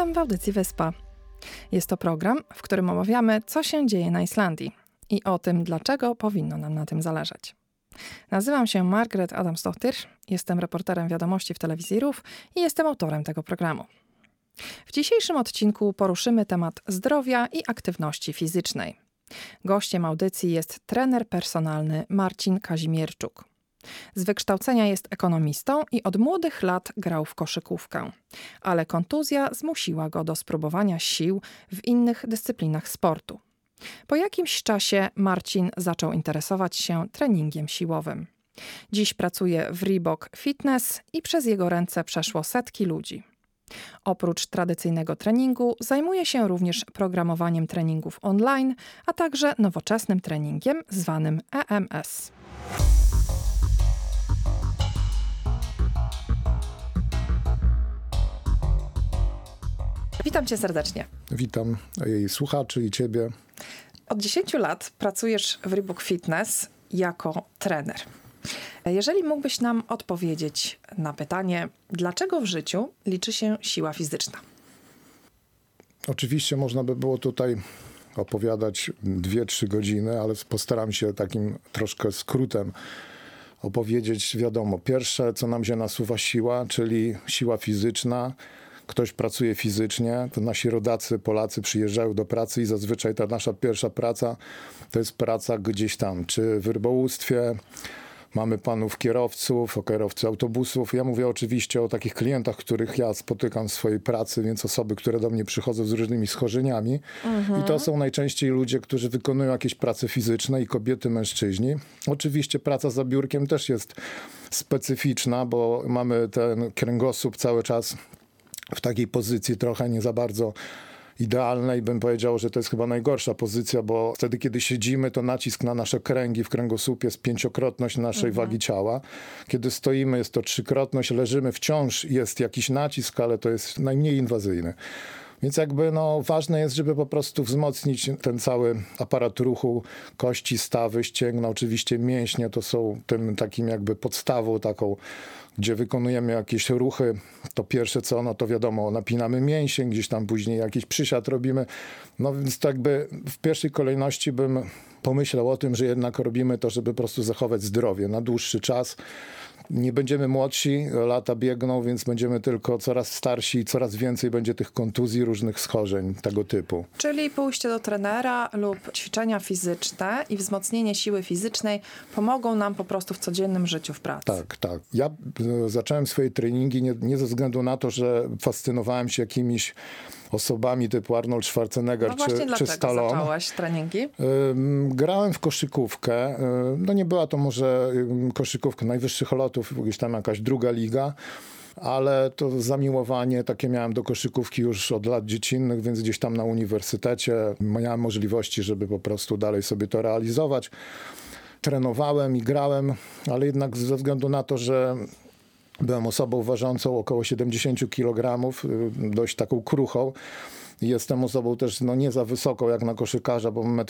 Witam w audycji Wyspa. Jest to program, w którym omawiamy, co się dzieje na Islandii i o tym, dlaczego powinno nam na tym zależeć. Nazywam się Margaret Adamsdottir, jestem reporterem wiadomości w telewizji RÚV i jestem autorem tego programu. W dzisiejszym odcinku poruszymy temat zdrowia i aktywności fizycznej. Gościem audycji jest trener personalny Marcin Kazimierczuk. Z wykształcenia jest ekonomistą i od młodych lat grał w koszykówkę, ale kontuzja zmusiła go do spróbowania sił w innych dyscyplinach sportu. Po jakimś czasie Marcin zaczął interesować się treningiem siłowym. Dziś pracuje w Reebok Fitness i przez jego ręce przeszło setki ludzi. Oprócz tradycyjnego treningu zajmuje się również programowaniem treningów online, a także nowoczesnym treningiem zwanym EMS. Witam cię serdecznie. Witam jej słuchaczy i ciebie. Od 10 lat pracujesz w Reebok Fitness jako trener. Jeżeli mógłbyś nam odpowiedzieć na pytanie, dlaczego w życiu liczy się siła fizyczna? Oczywiście można by było tutaj opowiadać 2-3 godziny, ale postaram się takim troszkę skrótem opowiedzieć. Wiadomo, pierwsze, co nam się nasuwa, siła, czyli siła fizyczna. Ktoś pracuje fizycznie, to nasi rodacy, Polacy przyjeżdżają do pracy i zazwyczaj ta nasza pierwsza praca to jest praca gdzieś tam, czy w rybołówstwie. Mamy panów kierowców, kierowcy autobusów. Ja mówię oczywiście o takich klientach, których ja spotykam w swojej pracy, więc osoby, które do mnie przychodzą z różnymi schorzeniami. I to są najczęściej ludzie, którzy wykonują jakieś prace fizyczne i kobiety, mężczyźni. Oczywiście praca za biurkiem też jest specyficzna, bo mamy ten kręgosłup cały czas w takiej pozycji trochę nie za bardzo idealnej. Bym powiedział, że to jest chyba najgorsza pozycja, bo wtedy, kiedy siedzimy, to nacisk na nasze kręgi w kręgosłupie jest 5-krotność naszej wagi ciała. Kiedy stoimy, jest to 3-krotność, leżymy, wciąż jest jakiś nacisk, ale to jest najmniej inwazyjny. Więc jakby ważne jest, żeby po prostu wzmocnić ten cały aparat ruchu, kości, stawy, ścięgna, oczywiście mięśnie to są tym takim jakby podstawą taką, gdzie wykonujemy jakieś ruchy, to pierwsze co, no to wiadomo, napinamy mięsień, gdzieś tam później jakiś przysiad robimy. No więc to jakby w pierwszej kolejności bym pomyślał o tym, że jednak robimy to, żeby po prostu zachować zdrowie na dłuższy czas. Nie będziemy młodsi, lata biegną, więc będziemy tylko coraz starsi i coraz więcej będzie tych kontuzji, różnych schorzeń tego typu. Czyli pójście do trenera lub ćwiczenia fizyczne i wzmocnienie siły fizycznej pomogą nam po prostu w codziennym życiu w pracy. Tak. Ja zacząłem swoje treningi nie ze względu na to, że fascynowałem się jakimiś osobami typu Arnold Schwarzenegger czy Stallone. Zacząłeś treningi? Grałem w koszykówkę. No nie była to może koszykówka najwyższych lotów, gdzieś tam jakaś druga liga, ale to zamiłowanie takie miałem do koszykówki już od lat dziecinnych, więc gdzieś tam na uniwersytecie miałem możliwości, żeby po prostu dalej sobie to realizować. Trenowałem i grałem, ale jednak ze względu na to, że byłem osobą ważącą około 70 kg, dość taką kruchą. Jestem osobą też nie za wysoką jak na koszykarza, bo mam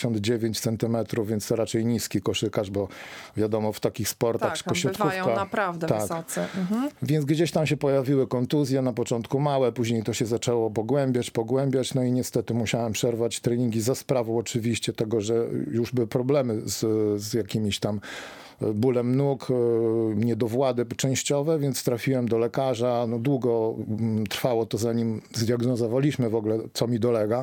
1,79 m, więc to raczej niski koszykarz, bo wiadomo w takich sportach koszykówka. Bywają naprawdę wysocy. Więc gdzieś tam się pojawiły kontuzje, na początku małe, później to się zaczęło pogłębiać, no i niestety musiałem przerwać treningi za sprawą oczywiście tego, że już były problemy z jakimiś tam bólem nóg, niedowłady częściowe, więc trafiłem do lekarza. Długo trwało to, zanim zdiagnozowaliśmy w ogóle, co mi dolega.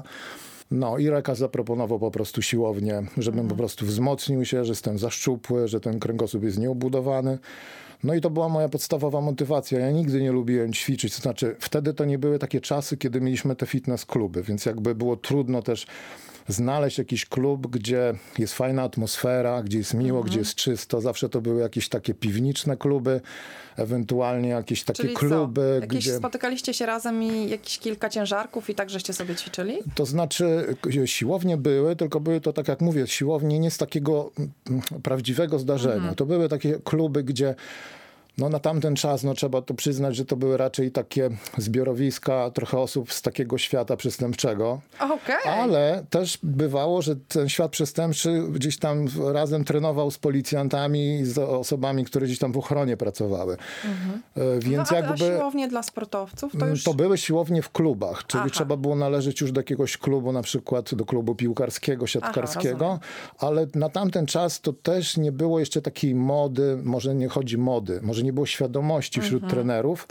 I lekarz zaproponował po prostu siłownię, żebym po prostu wzmocnił się, że jestem za szczupły, że ten kręgosłup jest nieobudowany. I to była moja podstawowa motywacja. Ja nigdy nie lubiłem ćwiczyć, to znaczy wtedy to nie były takie czasy, kiedy mieliśmy te fitness kluby, więc jakby było trudno też znaleźć jakiś klub, gdzie jest fajna atmosfera, gdzie jest miło, gdzie jest czysto. Zawsze to były jakieś takie piwniczne kluby, ewentualnie jakieś takie Czyli kluby. Spotykaliście się razem i jakieś kilka ciężarków i tak żeście sobie ćwiczyli? To znaczy siłownie były, tylko były to, tak jak mówię, siłownie nie z takiego prawdziwego zdarzenia. To były takie kluby, gdzie No na tamten czas, no trzeba to przyznać, że to były raczej takie zbiorowiska trochę osób z takiego świata przestępczego. Ale też bywało, że ten świat przestępczy gdzieś tam razem trenował z policjantami, z osobami, które gdzieś tam w ochronie pracowały. Więc a siłownie dla sportowców to już... To były siłownie w klubach, czyli trzeba było należeć już do jakiegoś klubu, na przykład do klubu piłkarskiego, siatkarskiego, ale na tamten czas to też nie było jeszcze takiej mody, może nie chodzi mody, może nie było świadomości wśród trenerów,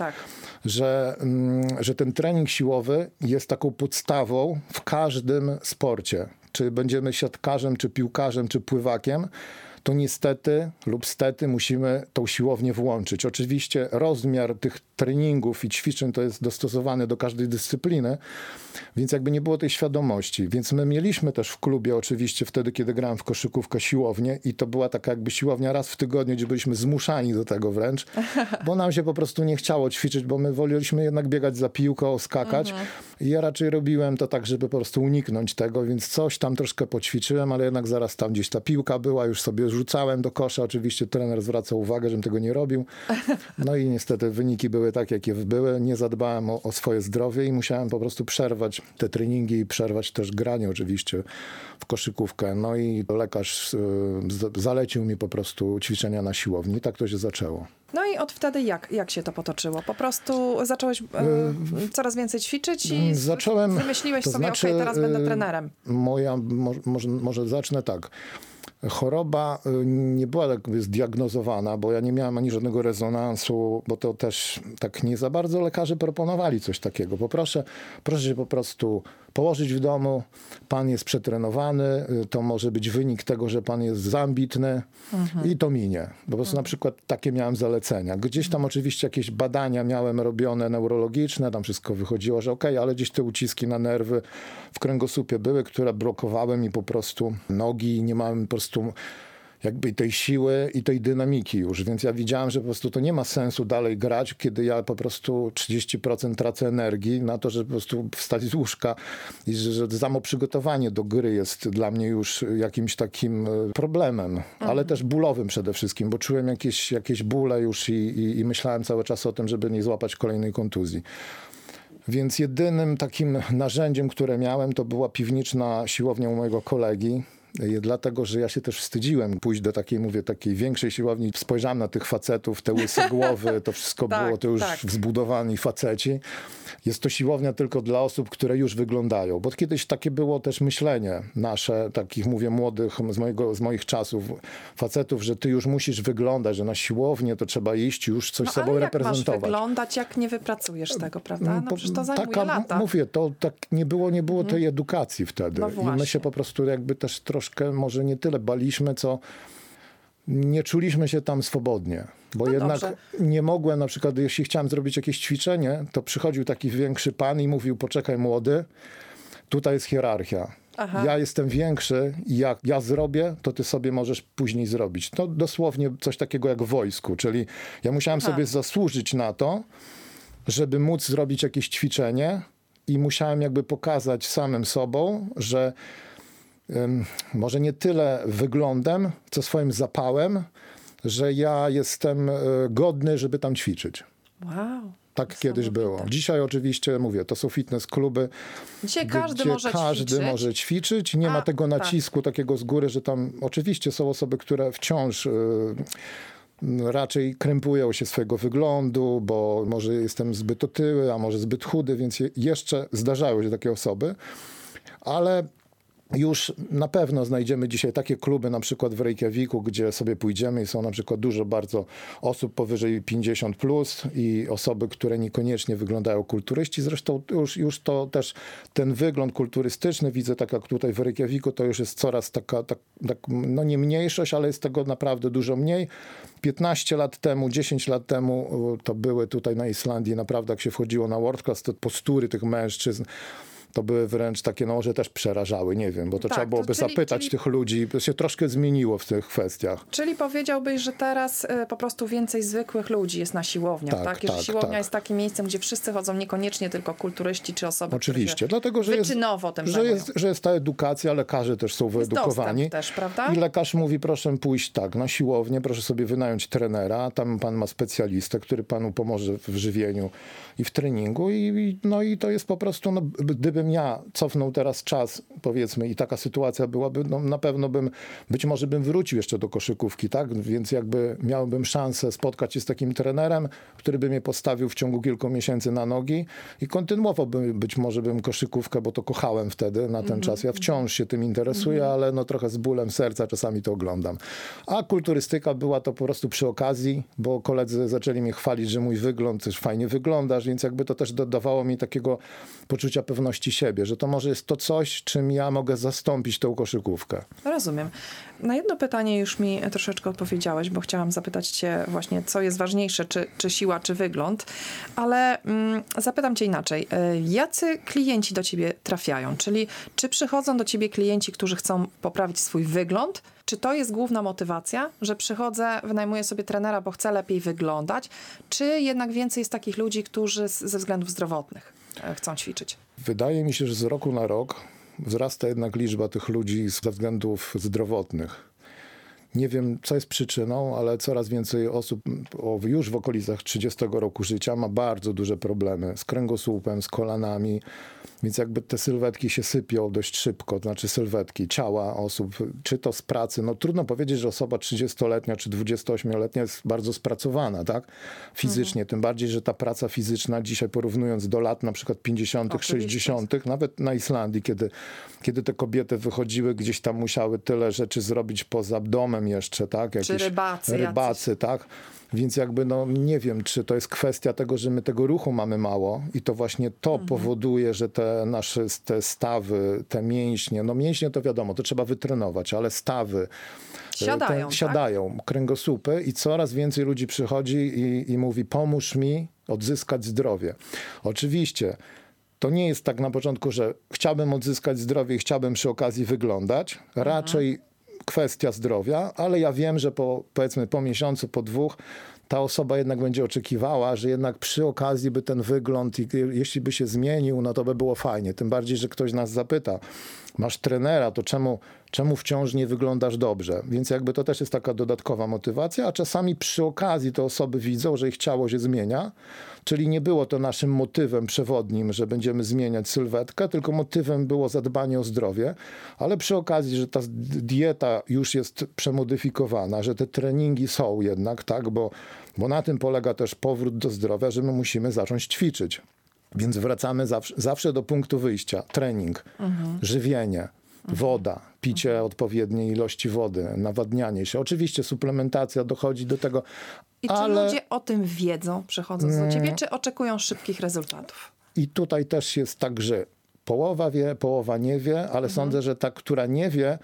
że ten trening siłowy jest taką podstawą w każdym sporcie. Czy będziemy siatkarzem, czy piłkarzem, czy pływakiem, to niestety lub stety musimy tą siłownię włączyć. Oczywiście rozmiar tych treningów i ćwiczeń to jest dostosowany do każdej dyscypliny, więc jakby nie było tej świadomości. Więc my mieliśmy też w klubie oczywiście wtedy, kiedy grałem w koszykówkę, siłownię i to była taka jakby siłownia raz w tygodniu, gdzie byliśmy zmuszani do tego wręcz, bo nam się po prostu nie chciało ćwiczyć, bo my woleliśmy jednak biegać za piłką, skakać. I ja raczej robiłem to tak, żeby po prostu uniknąć tego, więc coś tam troszkę poćwiczyłem, ale jednak zaraz tam gdzieś ta piłka była, już sobie rzucałem do kosza. Oczywiście trener zwracał uwagę, żebym tego nie robił. No i niestety wyniki były tak, jakie były. Nie zadbałem o swoje zdrowie i musiałem po prostu przerwać te treningi i przerwać też granie oczywiście w koszykówkę. No i lekarz zalecił mi po prostu ćwiczenia na siłowni. I tak to się zaczęło. No i od wtedy jak się to potoczyło? Po prostu zacząłeś coraz więcej ćwiczyć i wymyśliłeś sobie, okej, teraz będę trenerem. Może zacznę tak. Choroba nie była jakby zdiagnozowana, bo ja nie miałem ani żadnego rezonansu, bo to też tak nie za bardzo lekarze proponowali coś takiego. Proszę się po prostu położyć w domu, pan jest przetrenowany, to może być wynik tego, że pan jest za ambitny i to minie. Po prostu na przykład takie miałem zalecenia. Gdzieś tam oczywiście jakieś badania miałem robione neurologiczne, tam wszystko wychodziło, że okej, ale gdzieś te uciski na nerwy w kręgosłupie były, które blokowały mi po prostu nogi i nie miałem po prostu jakby tej siły i tej dynamiki już, więc ja widziałem, że po prostu to nie ma sensu dalej grać, kiedy ja po prostu 30% tracę energii na to, że po prostu wstać z łóżka i że samo przygotowanie do gry jest dla mnie już jakimś takim problemem, ale też bólowym przede wszystkim, bo czułem jakieś bóle już i myślałem cały czas o tym, żeby nie złapać kolejnej kontuzji. Więc jedynym takim narzędziem, które miałem, to była piwniczna siłownia u mojego kolegi. Dlatego, że ja się też wstydziłem pójść do takiej większej siłowni. Spojrzałem na tych facetów, te łyse głowy, to wszystko było, to już wzbudowani faceci. Jest to siłownia tylko dla osób, które już wyglądają. Bo kiedyś takie było też myślenie nasze, takich mówię młodych z moich czasów, facetów, że ty już musisz wyglądać, że na siłownię to trzeba iść już coś sobą reprezentować. Ale jak masz wyglądać, jak nie wypracujesz tego, prawda? No przecież to zajmuje lata. Mówię, to tak nie było tej edukacji wtedy. No i my się po prostu jakby też troszkę może nie tyle baliśmy, co nie czuliśmy się tam swobodnie. Bo jednak nie mogłem, na przykład jeśli chciałem zrobić jakieś ćwiczenie, to przychodził taki większy pan i mówił, poczekaj młody, tutaj jest hierarchia. Ja jestem większy i jak ja zrobię, to ty sobie możesz później zrobić. To dosłownie coś takiego jak w wojsku, czyli ja musiałem sobie zasłużyć na to, żeby móc zrobić jakieś ćwiczenie i musiałem jakby pokazać samym sobą, że może nie tyle wyglądem, co swoim zapałem, że ja jestem godny, żeby tam ćwiczyć. Wow. Tak kiedyś było. Dzisiaj oczywiście, mówię, to są fitness kluby. Dzisiaj każdy może ćwiczyć. Nie ma tego nacisku takiego z góry, że tam oczywiście są osoby, które wciąż raczej krępują się swojego wyglądu, bo może jestem zbyt otyły, a może zbyt chudy, więc jeszcze zdarzały się takie osoby. Ale już na pewno znajdziemy dzisiaj takie kluby, na przykład w Reykjaviku, gdzie sobie pójdziemy i są na przykład dużo bardzo osób powyżej 50 plus i osoby, które niekoniecznie wyglądają kulturyści. Zresztą już to też ten wygląd kulturystyczny, widzę tak jak tutaj w Reykjaviku, to już jest coraz no nie mniejszość, ale jest tego naprawdę dużo mniej. 15 lat temu, 10 lat temu to były tutaj na Islandii, naprawdę jak się wchodziło na World Class, to postury tych mężczyzn to były wręcz takie, no może też przerażały, nie wiem, bo to Tak, trzeba byłoby zapytać tych ludzi, to się troszkę zmieniło w tych kwestiach. Czyli powiedziałbyś, że teraz po prostu więcej zwykłych ludzi jest na siłowniach, tak? I że siłownia jest takim miejscem, gdzie wszyscy chodzą, niekoniecznie tylko kulturyści czy osoby, oczywiście, które dlatego, że jest ta edukacja, lekarze też są wyedukowani. Też, prawda? I lekarz mówi, proszę pójść na siłownię, proszę sobie wynająć trenera, tam pan ma specjalistę, który panu pomoże w żywieniu i w treningu i to jest po prostu, no, gdybym ja cofnął teraz czas, powiedzmy, i taka sytuacja byłaby, no na pewno być może bym wrócił jeszcze do koszykówki, tak? Więc jakby miałbym szansę spotkać się z takim trenerem, który by mnie postawił w ciągu kilku miesięcy na nogi i kontynuowałbym być może koszykówkę, bo to kochałem wtedy na ten czas. Ja wciąż się tym interesuję, ale no trochę z bólem serca czasami to oglądam. A kulturystyka była to po prostu przy okazji, bo koledzy zaczęli mnie chwalić, że mój wygląd, też fajnie wyglądasz, więc jakby to też dodawało mi takiego poczucia pewności siebie, że to może jest to coś, czym ja mogę zastąpić tą koszykówkę. Rozumiem. Na jedno pytanie już mi troszeczkę odpowiedziałeś, bo chciałam zapytać cię właśnie, co jest ważniejsze, czy siła, czy wygląd, ale zapytam cię inaczej. Jacy klienci do ciebie trafiają? Czyli czy przychodzą do ciebie klienci, którzy chcą poprawić swój wygląd? Czy to jest główna motywacja, że przychodzę, wynajmuję sobie trenera, bo chcę lepiej wyglądać? Czy jednak więcej jest takich ludzi, którzy ze względów zdrowotnych chcą ćwiczyć? Wydaje mi się, że z roku na rok wzrasta jednak liczba tych ludzi ze względów zdrowotnych. Nie wiem, co jest przyczyną, ale coraz więcej osób już w okolicach 30 roku życia ma bardzo duże problemy z kręgosłupem, z kolanami, więc jakby te sylwetki się sypią dość szybko, to znaczy sylwetki ciała osób, czy to z pracy. No trudno powiedzieć, że osoba 30-letnia czy 28-letnia jest bardzo spracowana, tak? Fizycznie, tym bardziej, że ta praca fizyczna dzisiaj porównując do lat na przykład 50., 60., nawet na Islandii, kiedy te kobiety wychodziły, gdzieś tam musiały tyle rzeczy zrobić poza domem jeszcze, tak? Czy rybacy, tak? Więc jakby no nie wiem, czy to jest kwestia tego, że my tego ruchu mamy mało i to właśnie to powoduje, że te nasze te mięśnie, no mięśnie to wiadomo, to trzeba wytrenować, ale stawy siadają, kręgosłupy i coraz więcej ludzi przychodzi i mówi, pomóż mi odzyskać zdrowie. Oczywiście to nie jest tak na początku, że chciałbym odzyskać zdrowie i chciałbym przy okazji wyglądać. Raczej kwestia zdrowia, ale ja wiem, że powiedzmy po miesiącu, po 2 ta osoba jednak będzie oczekiwała, że jednak przy okazji by ten wygląd, jeśli by się zmienił, no to by było fajnie. Tym bardziej, że ktoś nas zapyta, masz trenera, to czemu wciąż nie wyglądasz dobrze? Więc jakby to też jest taka dodatkowa motywacja, a czasami przy okazji te osoby widzą, że ich ciało się zmienia, czyli nie było to naszym motywem przewodnim, że będziemy zmieniać sylwetkę, tylko motywem było zadbanie o zdrowie, ale przy okazji, że ta dieta już jest przemodyfikowana, że te treningi są jednak, tak, bo na tym polega też powrót do zdrowia, że my musimy zacząć ćwiczyć. Więc wracamy zawsze do punktu wyjścia. Trening, żywienie, woda, picie odpowiedniej ilości wody, nawadnianie się. Oczywiście suplementacja dochodzi do tego. I czy ludzie o tym wiedzą, przychodząc do ciebie, czy oczekują szybkich rezultatów? I tutaj też jest tak, że połowa wie, połowa nie wie, ale sądzę, że ta, która nie wie,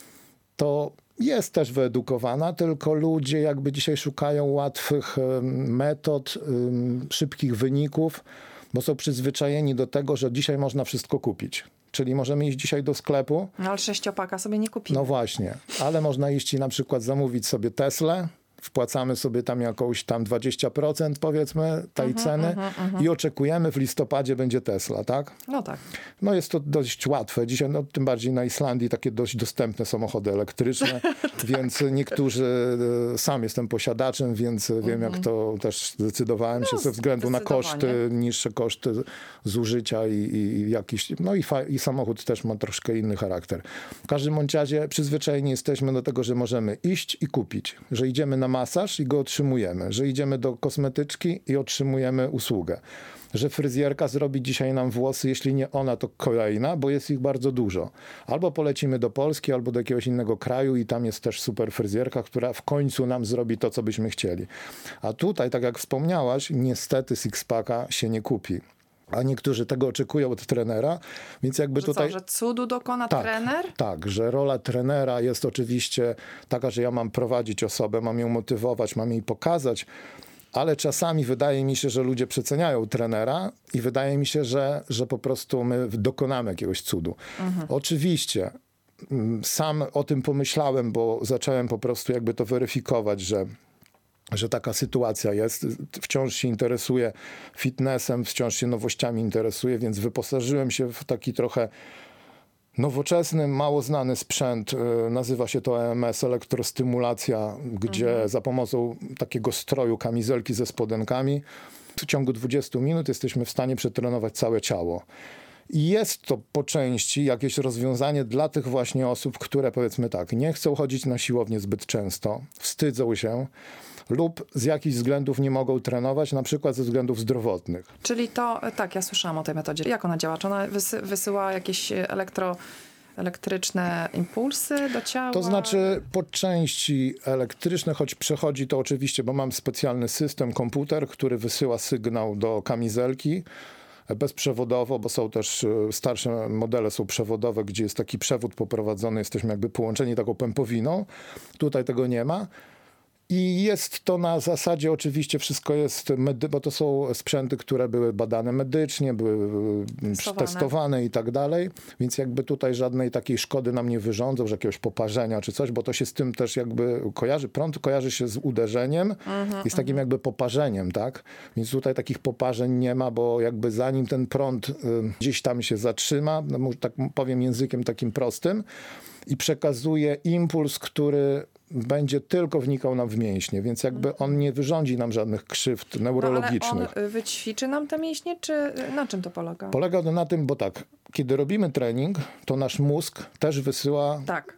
to jest też wyedukowana, tylko ludzie jakby dzisiaj szukają łatwych metod, szybkich wyników, bo są przyzwyczajeni do tego, że dzisiaj można wszystko kupić. Czyli możemy iść dzisiaj do sklepu. No ale 6-paka sobie nie kupimy. No właśnie, ale można iść i na przykład zamówić sobie Teslę, wpłacamy sobie tam jakąś tam 20% powiedzmy tej ceny i oczekujemy w listopadzie będzie Tesla, tak? No tak. No jest to dość łatwe. Dzisiaj, no tym bardziej na Islandii takie dość dostępne samochody elektryczne, więc niektórzy, sam jestem posiadaczem, więc wiem jak to też zdecydowałem się ze względu na koszty, niższe koszty zużycia i jakiś, no i samochód też ma troszkę inny charakter. W każdym bądź razie przyzwyczajeni jesteśmy do tego, że możemy iść i kupić, że idziemy na masaż i go otrzymujemy, że idziemy do kosmetyczki i otrzymujemy usługę, że fryzjerka zrobi dzisiaj nam włosy, jeśli nie ona, to kolejna, bo jest ich bardzo dużo. Albo polecimy do Polski, albo do jakiegoś innego kraju i tam jest też super fryzjerka, która w końcu nam zrobi to, co byśmy chcieli. A tutaj, tak jak wspomniałaś, niestety six-packa się nie kupi. A niektórzy tego oczekują od trenera, więc jakby że tutaj... Co, że cudu dokona trener? Tak, że rola trenera jest oczywiście taka, że ja mam prowadzić osobę, mam ją motywować, mam jej pokazać, ale czasami wydaje mi się, że ludzie przeceniają trenera i wydaje mi się, że po prostu my dokonamy jakiegoś cudu. Oczywiście sam o tym pomyślałem, bo zacząłem po prostu jakby to weryfikować, że taka sytuacja jest. Wciąż się interesuję fitnessem, wciąż się nowościami interesuję, więc wyposażyłem się w taki trochę nowoczesny, mało znany sprzęt. Nazywa się to EMS, elektrostymulacja, gdzie za pomocą takiego stroju, kamizelki ze spodenkami w ciągu 20 minut jesteśmy w stanie przetrenować całe ciało. I jest to po części jakieś rozwiązanie dla tych właśnie osób, które powiedzmy tak, nie chcą chodzić na siłownię zbyt często, wstydzą się lub z jakichś względów nie mogą trenować, na przykład ze względów zdrowotnych. Czyli to, tak, ja słyszałam o tej metodzie. Jak ona działa? Czy ona wysyła jakieś elektryczne impulsy do ciała? To znaczy po części elektryczne, choć przechodzi to oczywiście, bo mam specjalny system, komputer, który wysyła sygnał do kamizelki bezprzewodowo, bo są też starsze modele, są przewodowe, gdzie jest taki przewód poprowadzony, jesteśmy jakby połączeni taką pępowiną. Tutaj tego nie ma. I jest to na zasadzie, oczywiście wszystko jest, bo to są sprzęty, które były badane medycznie, były testowane i tak dalej, więc jakby tutaj żadnej takiej szkody nam nie wyrządzą, że jakiegoś poparzenia czy coś, bo to się z tym też jakby kojarzy. Prąd kojarzy się z uderzeniem i z takim jakby poparzeniem, tak? Więc tutaj takich poparzeń nie ma, bo jakby zanim ten prąd gdzieś tam się zatrzyma, no, tak powiem językiem takim prostym, i przekazuje impuls, który będzie tylko wnikał nam w mięśnie, więc jakby on nie wyrządzi nam żadnych krzywd neurologicznych. No, ale on wyćwiczy nam te mięśnie, czy na czym to polega? Polega to na tym, bo tak, kiedy robimy trening, to nasz mózg też wysyła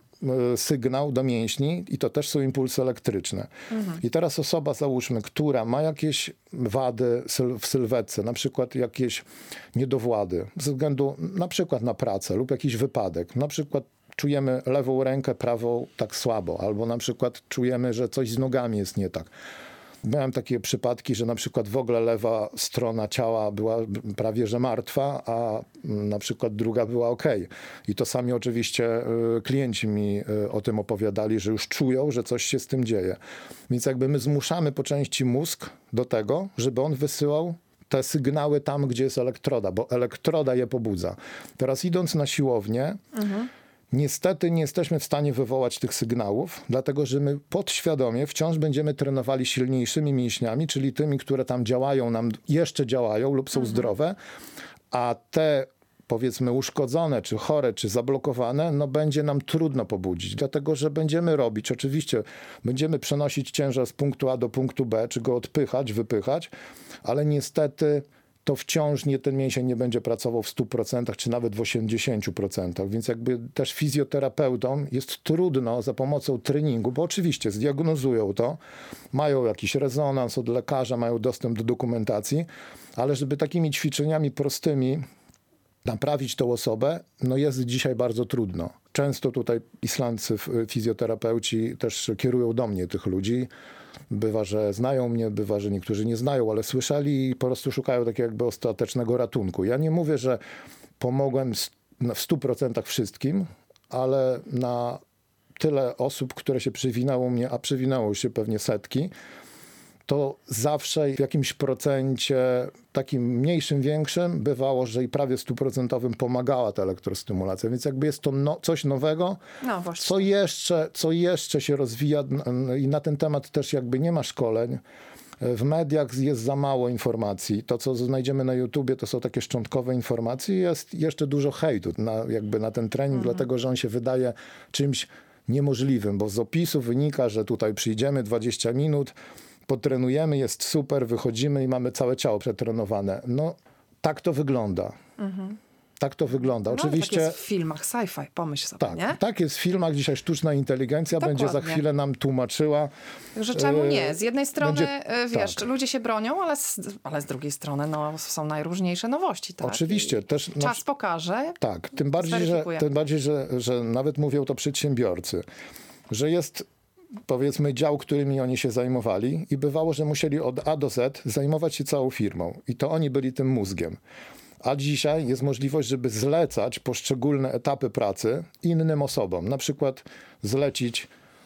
sygnał do mięśni i to też są impulsy elektryczne. I teraz osoba, załóżmy, która ma jakieś wady w sylwetce, na przykład jakieś niedowłady, ze względu na przykład na pracę lub jakiś wypadek, na przykład czujemy lewą rękę, prawą tak słabo, albo na przykład czujemy, że coś z nogami jest nie tak. Miałem takie przypadki, że na przykład w ogóle lewa strona ciała była prawie że martwa, a na przykład druga była okej. I to sami oczywiście klienci mi o tym opowiadali, że już czują, że coś się z tym dzieje. Więc jakby my zmuszamy po części mózg do tego, żeby on wysyłał te sygnały tam, gdzie jest elektroda, bo elektroda je pobudza. Teraz idąc na siłownię, niestety nie jesteśmy w stanie wywołać tych sygnałów, dlatego że my podświadomie wciąż będziemy trenowali silniejszymi mięśniami, czyli tymi, które tam działają, nam jeszcze działają lub są zdrowe, a te powiedzmy uszkodzone, czy chore, czy zablokowane, no będzie nam trudno pobudzić, dlatego że będziemy robić, oczywiście będziemy przenosić ciężar z punktu A do punktu B, czy go odpychać, wypychać, ale niestety to wciąż ten mięsień nie będzie pracował w 100%, czy nawet w 80%. Więc jakby też fizjoterapeutom jest trudno za pomocą treningu, bo oczywiście zdiagnozują to, mają jakiś rezonans od lekarza, mają dostęp do dokumentacji, ale żeby takimi ćwiczeniami prostymi naprawić tą osobę, no jest dzisiaj bardzo trudno. Często tutaj islandzcy fizjoterapeuci też kierują do mnie tych ludzi. Bywa, że znają mnie, bywa, że niektórzy nie znają, ale słyszeli i po prostu szukają takiego jakby ostatecznego ratunku. Ja nie mówię, że pomogłem w 100% wszystkim, ale na tyle osób, które się przywinało mnie, a przywinało się pewnie setki, to zawsze w jakimś procencie, takim mniejszym, większym, bywało, że i prawie 100% pomagała ta elektrostymulacja. Więc jakby jest to coś nowego, co jeszcze się rozwija i na ten temat też jakby nie ma szkoleń. W mediach jest za mało informacji. To, co znajdziemy na YouTubie, to są takie szczątkowe informacje. Jest jeszcze dużo hejtu na ten trening, dlatego że on się wydaje czymś niemożliwym, bo z opisu wynika, że tutaj przyjdziemy 20 minut, potrenujemy, jest super, wychodzimy i mamy całe ciało przetrenowane. No, tak to wygląda. Tak to wygląda. No, oczywiście tak jest w filmach sci-fi, pomyśl sobie, tak, nie? Tak jest w filmach. Dzisiaj sztuczna inteligencja będzie za chwilę nam tłumaczyła. Że czemu nie? Z jednej strony, tak. ludzie się bronią, ale z drugiej strony są najróżniejsze nowości. Tak? Oczywiście. Też, czas pokaże. Tak, tym bardziej, że nawet mówią to przedsiębiorcy, że jest powiedzmy dział, którymi oni się zajmowali i bywało, że musieli od A do Z zajmować się całą firmą i to oni byli tym mózgiem. A dzisiaj jest możliwość, żeby zlecać poszczególne etapy pracy innym osobom. Na przykład zlecić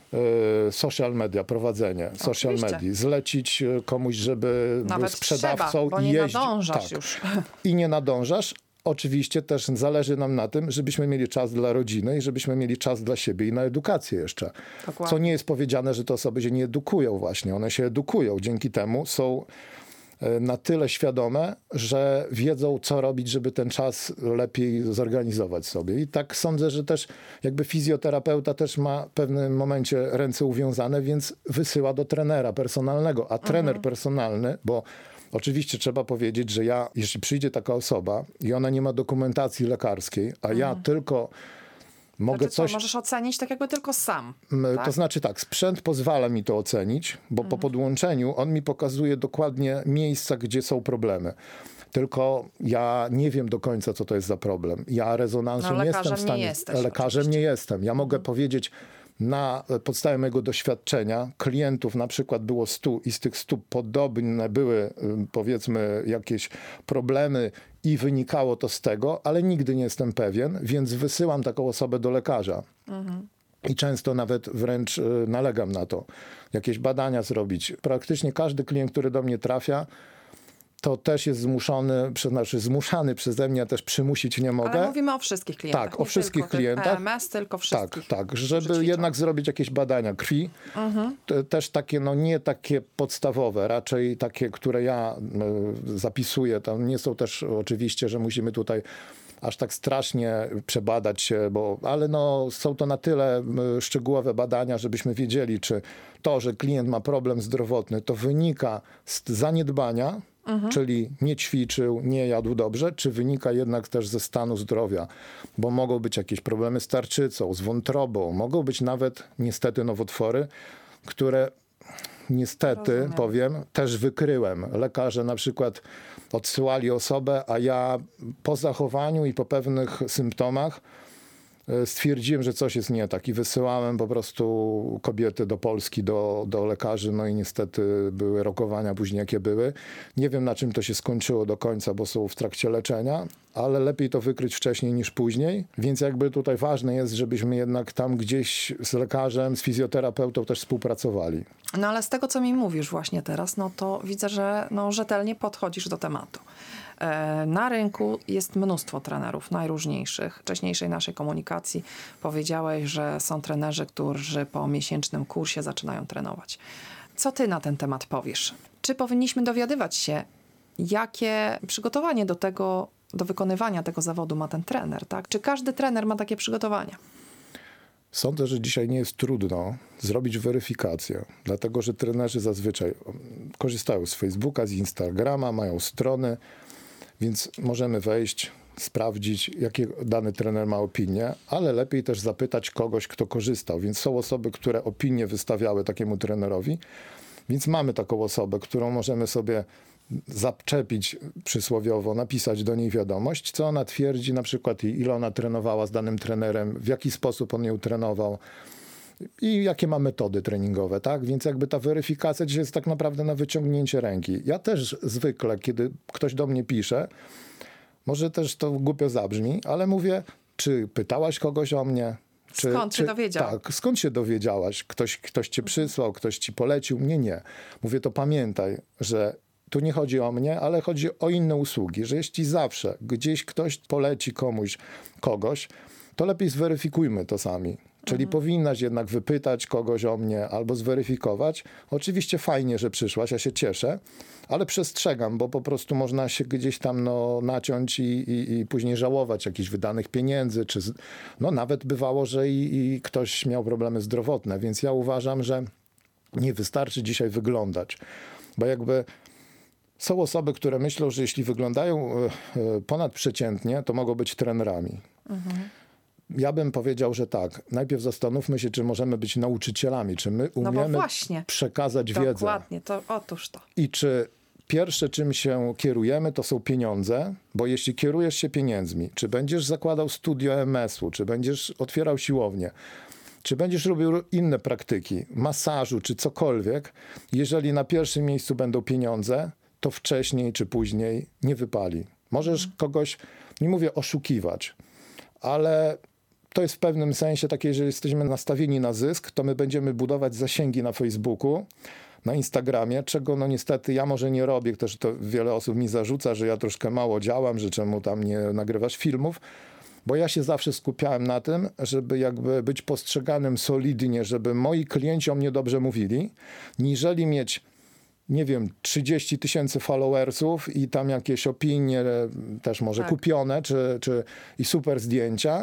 social media, prowadzenie social Oczywiście. medii, zlecić komuś, żeby był Nawet sprzedawcą trzeba, bo i nie jeździć. nadążasz już. I nie nadążasz. Oczywiście też zależy nam na tym, żebyśmy mieli czas dla rodziny i żebyśmy mieli czas dla siebie i na edukację jeszcze. Dokładnie. Co nie jest powiedziane, że te osoby się nie edukują właśnie. One się edukują. Dzięki temu są na tyle świadome, że wiedzą, co robić, żeby ten czas lepiej zorganizować sobie. I tak sądzę, że też jakby fizjoterapeuta też ma w pewnym momencie ręce uwiązane, więc wysyła do trenera personalnego. A trener personalny, bo oczywiście trzeba powiedzieć, że jeśli przyjdzie taka osoba i ona nie ma dokumentacji lekarskiej, a ja tylko mogę Znaczy, coś... możesz ocenić tak jakby tylko sam. Tak? To znaczy tak, sprzęt pozwala mi to ocenić, bo po podłączeniu on mi pokazuje dokładnie miejsca, gdzie są problemy. Tylko ja nie wiem do końca, co to jest za problem. Ja rezonansu nie jestem w stanie... Lekarzem nie jestem. Ja mogę powiedzieć na podstawie mojego doświadczenia klientów na przykład było 100 i z tych 100 podobne były powiedzmy jakieś problemy i wynikało to z tego, ale nigdy nie jestem pewien, więc wysyłam taką osobę do lekarza. I często nawet wręcz nalegam na to. Jakieś badania zrobić. Praktycznie każdy klient, który do mnie trafia, to też jest zmuszany przeze mnie, ja też przymusić nie mogę. Ale mówimy o wszystkich klientach. Tak, o wszystkich klientach. PMS, tylko wszystkich. Tak, żeby jednak zrobić jakieś badania krwi. Też takie, nie takie podstawowe, raczej takie, które ja zapisuję. Tam nie są też oczywiście, że musimy tutaj aż tak strasznie przebadać się, ale są to na tyle szczegółowe badania, żebyśmy wiedzieli, czy to, że klient ma problem zdrowotny, to wynika z zaniedbania, czyli nie ćwiczył, nie jadł dobrze, czy wynika jednak też ze stanu zdrowia, bo mogą być jakieś problemy z tarczycą, z wątrobą, mogą być nawet niestety nowotwory, które niestety, powiem, też wykryłem. Lekarze na przykład odsyłali osobę, a ja po zachowaniu i po pewnych symptomach stwierdziłem, że coś jest nie tak i wysyłałem po prostu kobiety do Polski, do lekarzy, no i niestety były rokowania później jakie były. Nie wiem, na czym to się skończyło do końca, bo są w trakcie leczenia, ale lepiej to wykryć wcześniej niż później, więc jakby tutaj ważne jest, żebyśmy jednak tam gdzieś z lekarzem, z fizjoterapeutą też współpracowali. No ale z tego, co mi mówisz właśnie teraz, no to widzę, że rzetelnie podchodzisz do tematu. Na rynku jest mnóstwo trenerów najróżniejszych. W wcześniejszej naszej komunikacji powiedziałeś, że są trenerzy, którzy po miesięcznym kursie zaczynają trenować. Co ty na ten temat powiesz? Czy powinniśmy dowiadywać się, jakie przygotowanie do wykonywania tego zawodu ma ten trener? Tak? Czy każdy trener ma takie przygotowania? Sądzę, że dzisiaj nie jest trudno zrobić weryfikację, dlatego że trenerzy zazwyczaj korzystają z Facebooka, z Instagrama, mają strony, więc możemy wejść, sprawdzić, jakie dany trener ma opinię, ale lepiej też zapytać kogoś, kto korzystał. Więc są osoby, które opinie wystawiały takiemu trenerowi, więc mamy taką osobę, którą możemy sobie zaczepić przysłowiowo, napisać do niej wiadomość, co ona twierdzi, na przykład ile ona trenowała z danym trenerem, w jaki sposób on ją trenował i jakie ma metody treningowe, tak? Więc jakby ta weryfikacja dzisiaj jest tak naprawdę na wyciągnięcie ręki. Ja też zwykle, kiedy ktoś do mnie pisze, może też to głupio zabrzmi, ale mówię, czy pytałaś kogoś o mnie? Skąd się dowiedział? Tak, skąd się dowiedziałaś? Ktoś cię przysłał, ktoś ci polecił? Nie. Mówię, to pamiętaj, że tu nie chodzi o mnie, ale chodzi o inne usługi, że jeśli zawsze gdzieś ktoś poleci kogoś, to lepiej zweryfikujmy to sami. Czyli powinnaś jednak wypytać kogoś o mnie albo zweryfikować. Oczywiście fajnie, że przyszłaś, ja się cieszę, ale przestrzegam, bo po prostu można się gdzieś tam naciąć i później żałować jakichś wydanych pieniędzy, czy nawet bywało, że i ktoś miał problemy zdrowotne, więc ja uważam, że nie wystarczy dzisiaj wyglądać, bo jakby są osoby, które myślą, że jeśli wyglądają ponadprzeciętnie, to mogą być trenerami. Ja bym powiedział, że tak. Najpierw zastanówmy się, czy możemy być nauczycielami, czy my umiemy przekazać wiedzę. Dokładnie, otóż to. I czy pierwsze, czym się kierujemy, to są pieniądze, bo jeśli kierujesz się pieniędzmi, czy będziesz zakładał studio MS-u, czy będziesz otwierał siłownię, czy będziesz robił inne praktyki, masażu, czy cokolwiek, jeżeli na pierwszym miejscu będą pieniądze, to wcześniej czy później nie wypali. Możesz kogoś, nie mówię oszukiwać, ale to jest w pewnym sensie takie, że jesteśmy nastawieni na zysk, to my będziemy budować zasięgi na Facebooku, na Instagramie, czego no niestety ja może nie robię, też to wiele osób mi zarzuca, że ja troszkę mało działam, że czemu tam nie nagrywasz filmów, bo ja się zawsze skupiałem na tym, żeby jakby być postrzeganym solidnie, żeby moi klienci o mnie dobrze mówili, niżeli mieć, nie wiem, 30 000 followersów i tam jakieś opinie też może kupione, i super zdjęcia,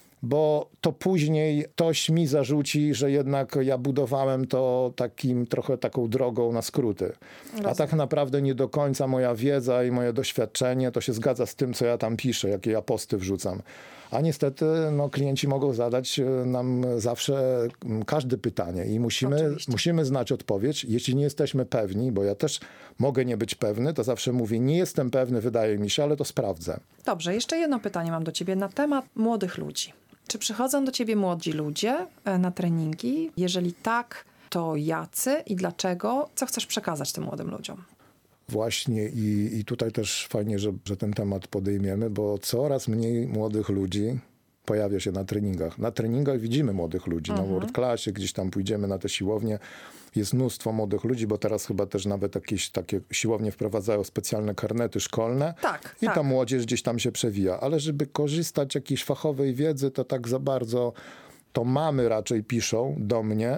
bo to później ktoś mi zarzuci, że jednak ja budowałem to trochę taką drogą na skróty. A tak naprawdę nie do końca moja wiedza i moje doświadczenie to się zgadza z tym, co ja tam piszę, jakie ja posty wrzucam. A niestety klienci mogą zadać nam zawsze każde pytanie i musimy znać odpowiedź. Jeśli nie jesteśmy pewni, bo ja też mogę nie być pewny, to zawsze mówię, nie jestem pewny, wydaje mi się, ale to sprawdzę. Dobrze, jeszcze jedno pytanie mam do ciebie na temat młodych ludzi. Czy przychodzą do ciebie młodzi ludzie na treningi? Jeżeli tak, to jacy i dlaczego? Co chcesz przekazać tym młodym ludziom? Właśnie i tutaj też fajnie, że ten temat podejmiemy, bo coraz mniej młodych ludzi pojawia się na treningach. Na treningach widzimy młodych ludzi. Na World Classie, gdzieś tam pójdziemy na te siłownie. Jest mnóstwo młodych ludzi, bo teraz chyba też nawet jakieś takie siłownie wprowadzają specjalne karnety szkolne. I ta młodzież gdzieś tam się przewija. Ale żeby korzystać z jakiejś fachowej wiedzy, to tak za bardzo to mamy raczej piszą do mnie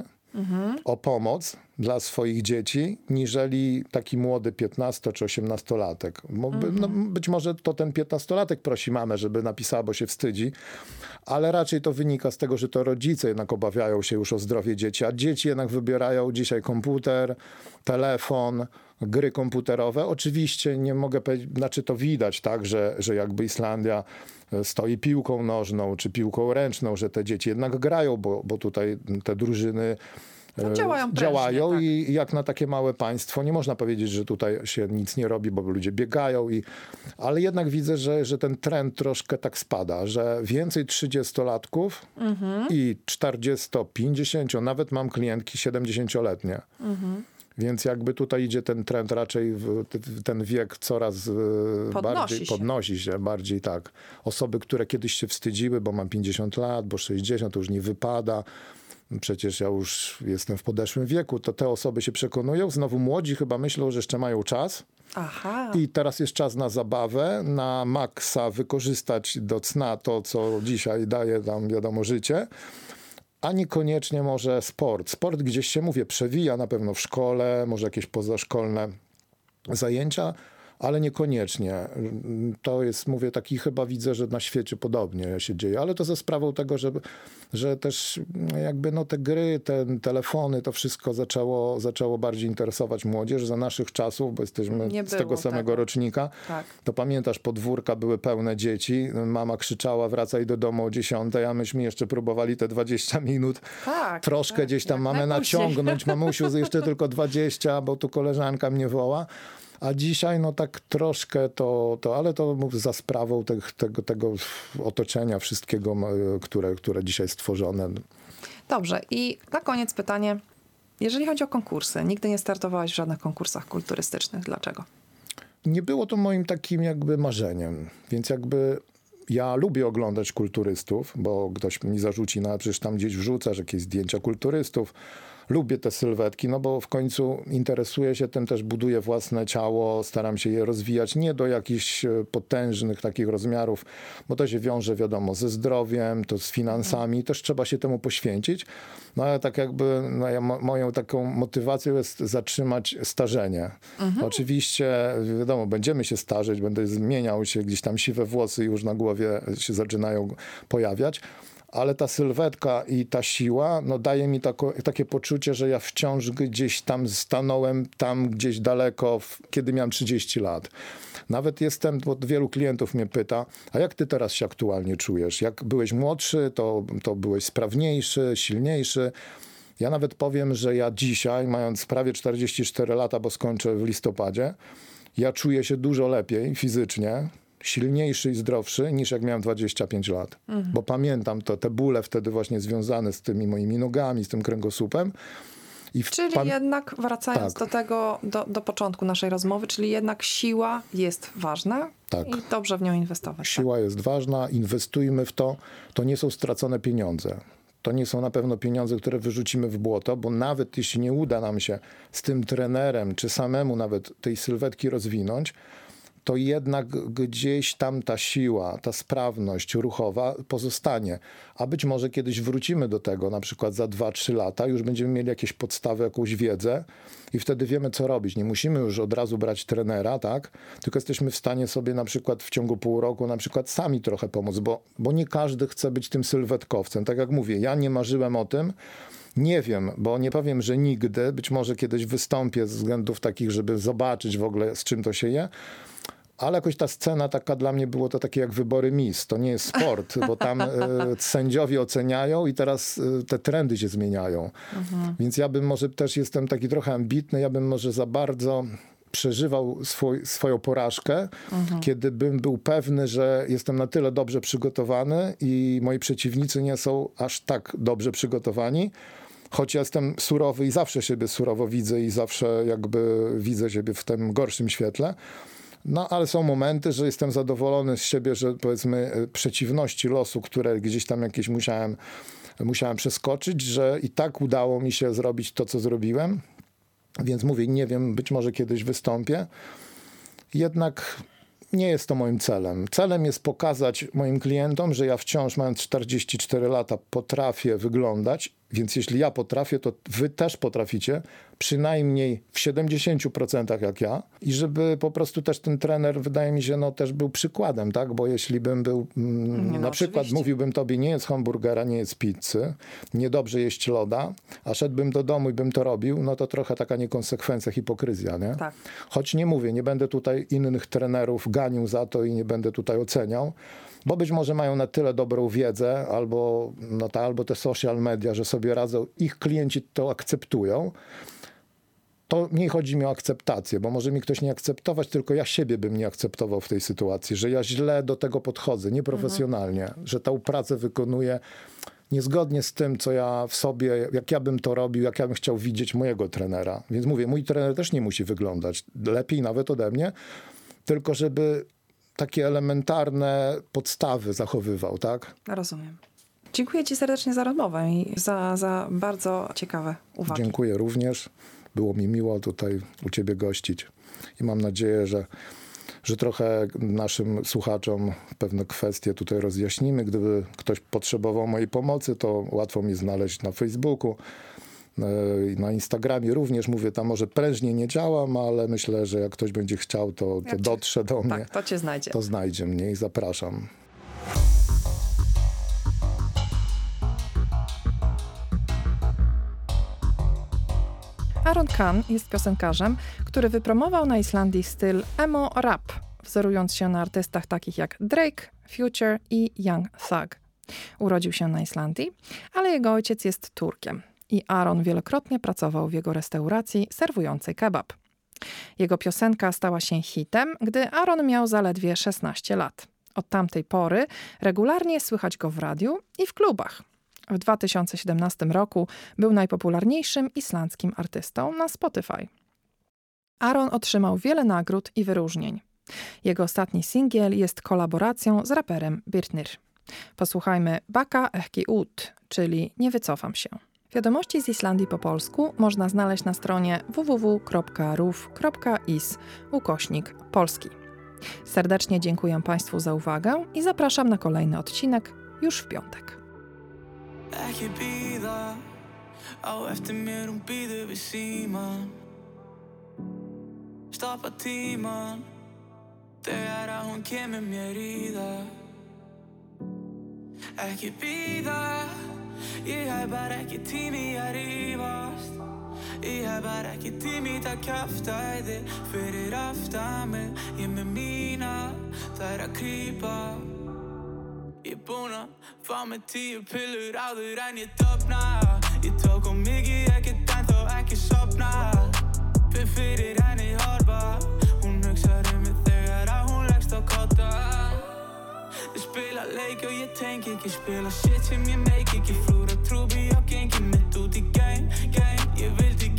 o pomoc dla swoich dzieci, niżeli taki młody 15 czy 18-latek. Być może to ten 15-latek prosi mamę, żeby napisała, bo się wstydzi, ale raczej to wynika z tego, że to rodzice jednak obawiają się już o zdrowie dzieci, a dzieci jednak wybierają dzisiaj komputer, telefon, gry komputerowe. Oczywiście nie mogę powiedzieć, to widać, tak, że jakby Islandia stoi piłką nożną czy piłką ręczną, że te dzieci jednak grają, bo tutaj te drużyny działają tak. I jak na takie małe państwo nie można powiedzieć, że tutaj się nic nie robi, bo ludzie biegają, ale jednak widzę, że ten trend troszkę tak spada, że więcej 30-latków i 40, 50, nawet mam klientki 70-letnie. Więc jakby tutaj idzie ten trend raczej, ten wiek coraz bardziej podnosi się. Bardziej tak. Osoby, które kiedyś się wstydziły, bo mam 50 lat, bo 60, to już nie wypada. Przecież ja już jestem w podeszłym wieku. To te osoby się przekonują. Znowu młodzi chyba myślą, że jeszcze mają czas. I teraz jest czas na zabawę, na maksa wykorzystać do cna to, co dzisiaj daje tam, wiadomo, życie. A niekoniecznie może sport. Sport gdzieś się, przewija na pewno w szkole, może jakieś pozaszkolne zajęcia, ale niekoniecznie. To jest, taki chyba widzę, że na świecie podobnie się dzieje, ale to ze sprawą tego, że też jakby te gry, te telefony, to wszystko zaczęło bardziej interesować młodzież. Za naszych czasów, bo jesteśmy z tego samego rocznika, to pamiętasz, podwórka były pełne dzieci, mama krzyczała, wracaj do domu o 10, a myśmy jeszcze próbowali te 20 minut troszkę gdzieś tam mamę naciągnąć. Mamusiu, jeszcze tylko 20, bo tu koleżanka mnie woła. A dzisiaj tak troszkę ale to za sprawą tego otoczenia wszystkiego, które dzisiaj stworzone. Dobrze. I na koniec pytanie. Jeżeli chodzi o konkursy, nigdy nie startowałeś w żadnych konkursach kulturystycznych. Dlaczego? Nie było to moim takim jakby marzeniem. Więc jakby ja lubię oglądać kulturystów, bo ktoś mi zarzuci, przecież tam gdzieś wrzucasz jakieś zdjęcia kulturystów. Lubię te sylwetki, bo w końcu interesuję się tym, też buduję własne ciało, staram się je rozwijać, nie do jakichś potężnych takich rozmiarów, bo to się wiąże, wiadomo, ze zdrowiem, to z finansami, też trzeba się temu poświęcić. Ale tak jakby moją taką motywacją jest zatrzymać starzenie. Oczywiście, wiadomo, będziemy się starzeć, będę zmieniał się, gdzieś tam siwe włosy już na głowie się zaczynają pojawiać. Ale ta sylwetka i ta siła daje mi takie poczucie, że ja wciąż gdzieś tam stanąłem, tam gdzieś daleko, kiedy miałem 30 lat. Nawet bo wielu klientów mnie pyta, a jak ty teraz się aktualnie czujesz? Jak byłeś młodszy, to byłeś sprawniejszy, silniejszy. Ja nawet powiem, że ja dzisiaj, mając prawie 44 lata, bo skończę w listopadzie, ja czuję się dużo lepiej fizycznie, silniejszy i zdrowszy niż jak miałem 25 lat. Bo pamiętam te bóle wtedy właśnie związane z tymi moimi nogami, z tym kręgosłupem. Czyli jednak wracając do tego, do początku naszej rozmowy, czyli jednak siła jest ważna i dobrze w nią inwestować. Siła jest ważna, inwestujmy w to. To nie są stracone pieniądze. To nie są na pewno pieniądze, które wyrzucimy w błoto, bo nawet jeśli nie uda nam się z tym trenerem, czy samemu nawet tej sylwetki rozwinąć, to jednak gdzieś tam ta siła, ta sprawność ruchowa pozostanie. A być może kiedyś wrócimy do tego, na przykład za 2-3 lata, już będziemy mieli jakieś podstawy, jakąś wiedzę i wtedy wiemy, co robić. Nie musimy już od razu brać trenera, tak? Tylko jesteśmy w stanie sobie na przykład w ciągu pół roku na przykład sami trochę pomóc, bo nie każdy chce być tym sylwetkowcem. Tak jak mówię, ja nie marzyłem o tym, nie wiem, bo nie powiem, że nigdy, być może kiedyś wystąpię z względów takich, żeby zobaczyć w ogóle, z czym to się je. Ale jakoś ta scena taka dla mnie było to takie jak wybory Miss. To nie jest sport, bo tam sędziowie oceniają i teraz te trendy się zmieniają. Więc ja bym może też jestem taki trochę ambitny, ja bym może za bardzo przeżywał swoją porażkę, kiedy bym był pewny, że jestem na tyle dobrze przygotowany i moi przeciwnicy nie są aż tak dobrze przygotowani. Choć ja jestem surowy i zawsze siebie surowo widzę i zawsze jakby widzę siebie w tym gorszym świetle. No, ale są momenty, że jestem zadowolony z siebie, że powiedzmy przeciwności losu, które gdzieś tam jakieś musiałem przeskoczyć, że i tak udało mi się zrobić to, co zrobiłem. Więc mówię, nie wiem, być może kiedyś wystąpię. Jednak nie jest to moim celem. Celem jest pokazać moim klientom, że ja wciąż, mając 44 lata, potrafię wyglądać. Więc jeśli ja potrafię, to wy też potraficie, przynajmniej w 70% jak ja. I żeby po prostu też ten trener, wydaje mi się, no też był przykładem, tak? Bo jeśli bym był, na przykład mówiłbym tobie, nie jedz hamburgera, nie jedz pizzy, niedobrze jeść loda, a szedłbym do domu i bym to robił, no to trochę taka niekonsekwencja, hipokryzja, nie? Tak. Choć nie mówię, nie będę tutaj innych trenerów ganił za to i nie będę tutaj oceniał, bo być może mają na tyle dobrą wiedzę albo te social media, że sobie radzą, ich klienci to akceptują. To nie chodzi mi o akceptację, bo może mi ktoś nie akceptować, tylko ja siebie bym nie akceptował w tej sytuacji, że ja źle do tego podchodzę, nieprofesjonalnie, że tą pracę wykonuję niezgodnie z tym, co ja w sobie, jak ja bym to robił, jak ja bym chciał widzieć mojego trenera. Więc mówię, mój trener też nie musi wyglądać lepiej nawet ode mnie, tylko żeby takie elementarne podstawy zachowywał, tak? Rozumiem. Dziękuję ci serdecznie za rozmowę i za bardzo ciekawe uwagi. Dziękuję również. Było mi miło tutaj u ciebie gościć i mam nadzieję, że trochę naszym słuchaczom pewne kwestie tutaj rozjaśnimy. Gdyby ktoś potrzebował mojej pomocy, to łatwo mi znaleźć na Facebooku, na Instagramie również. Mówię, tam może prężnie nie działam, ale myślę, że jak ktoś będzie chciał, to dotrze do mnie. Tak, to cię znajdzie. To znajdzie mnie i zapraszam. Aron Khan jest piosenkarzem, który wypromował na Islandii styl emo rap, wzorując się na artystach takich jak Drake, Future i Young Thug. Urodził się na Islandii, ale jego ojciec jest Turkiem i Aron wielokrotnie pracował w jego restauracji serwującej kebab. Jego piosenka stała się hitem, gdy Aron miał zaledwie 16 lat. Od tamtej pory regularnie słychać go w radiu i w klubach. W 2017 roku był najpopularniejszym islandzkim artystą na Spotify. Aron otrzymał wiele nagród i wyróżnień. Jego ostatni singiel jest kolaboracją z raperem Birnir. Posłuchajmy Baka Ekki Ut, czyli Nie wycofam się. Wiadomości z Islandii po polsku można znaleźć na stronie www.ruf.is/polski. Serdecznie dziękuję Państwu za uwagę i zapraszam na kolejny odcinek już w piątek. Ekki bíða, á eftir mér hún bíður við síman. Stoppa tíman, þegar að hún kemur mér í það. Ekki bíða, ég hef bara ekki tími að rífast. Ég hef bara ekki tími að kjaftaði fyrir aftan mig. Ég með mína, það að krýpa. Ég búinn að fá mig 10 pillur áður en ég dofna. Ég tók á mikið, ekkert ennþá ekki sofna. Finn fyrir henni horfa, hún hugsar mig þegar að hún leggst á koddann. Við spila leik og ég tengi ekki, spila shit sem ég meik ekki. Flúra trúbi á gengi mitt út í game. Ég vildi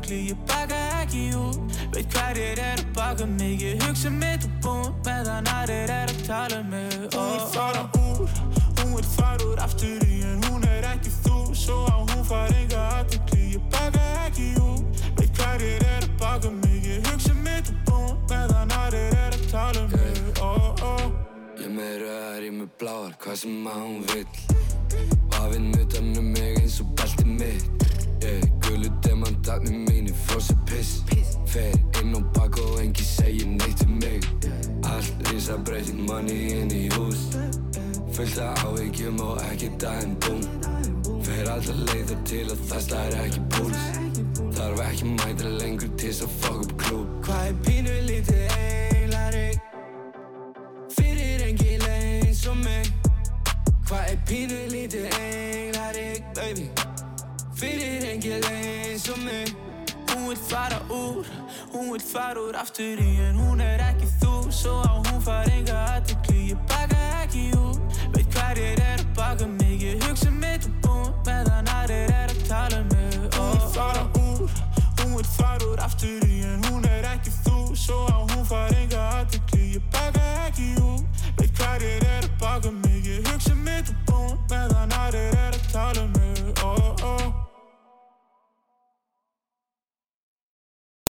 aðtekli, ég baka ekki út. Veit hverjir að baka mig, ég hugsa mitt og búnt meðan aðrir að tala mig. Hún vill fara úr, hún vill fara úr aftur í, en hún ekki þú, svo á hún fara enga aðtekli, ég baka ekki út. Veit hverjir að baka mig, ég hugsa mitt og búnt meðan aðrir að tala mig. Ég með rauðar, ég með bláar, hvað sem að hún vill. Vafinn utan mig eins og beltið mitt. Gulu demantarnir mínir, frosið piss. Fer inn á bak og engi segir neitt um mig. Allt risabreyting, money inn í hús. Fullt af áhyggjum og ekkert aðeim búm. Fer alltaf leiðar til að það slær ekki púls. Þarf ekki mæta lengur til að fuck upp klúb. Hvað pínu lítið englarík fyrir engil eins og mig? Hvað pínu lítið englarík, baby, fyrir engil eins og mig? Hún vill fara úr aftur í, en hún ekki þú, svo á hún fara enga aðtekli, ég baka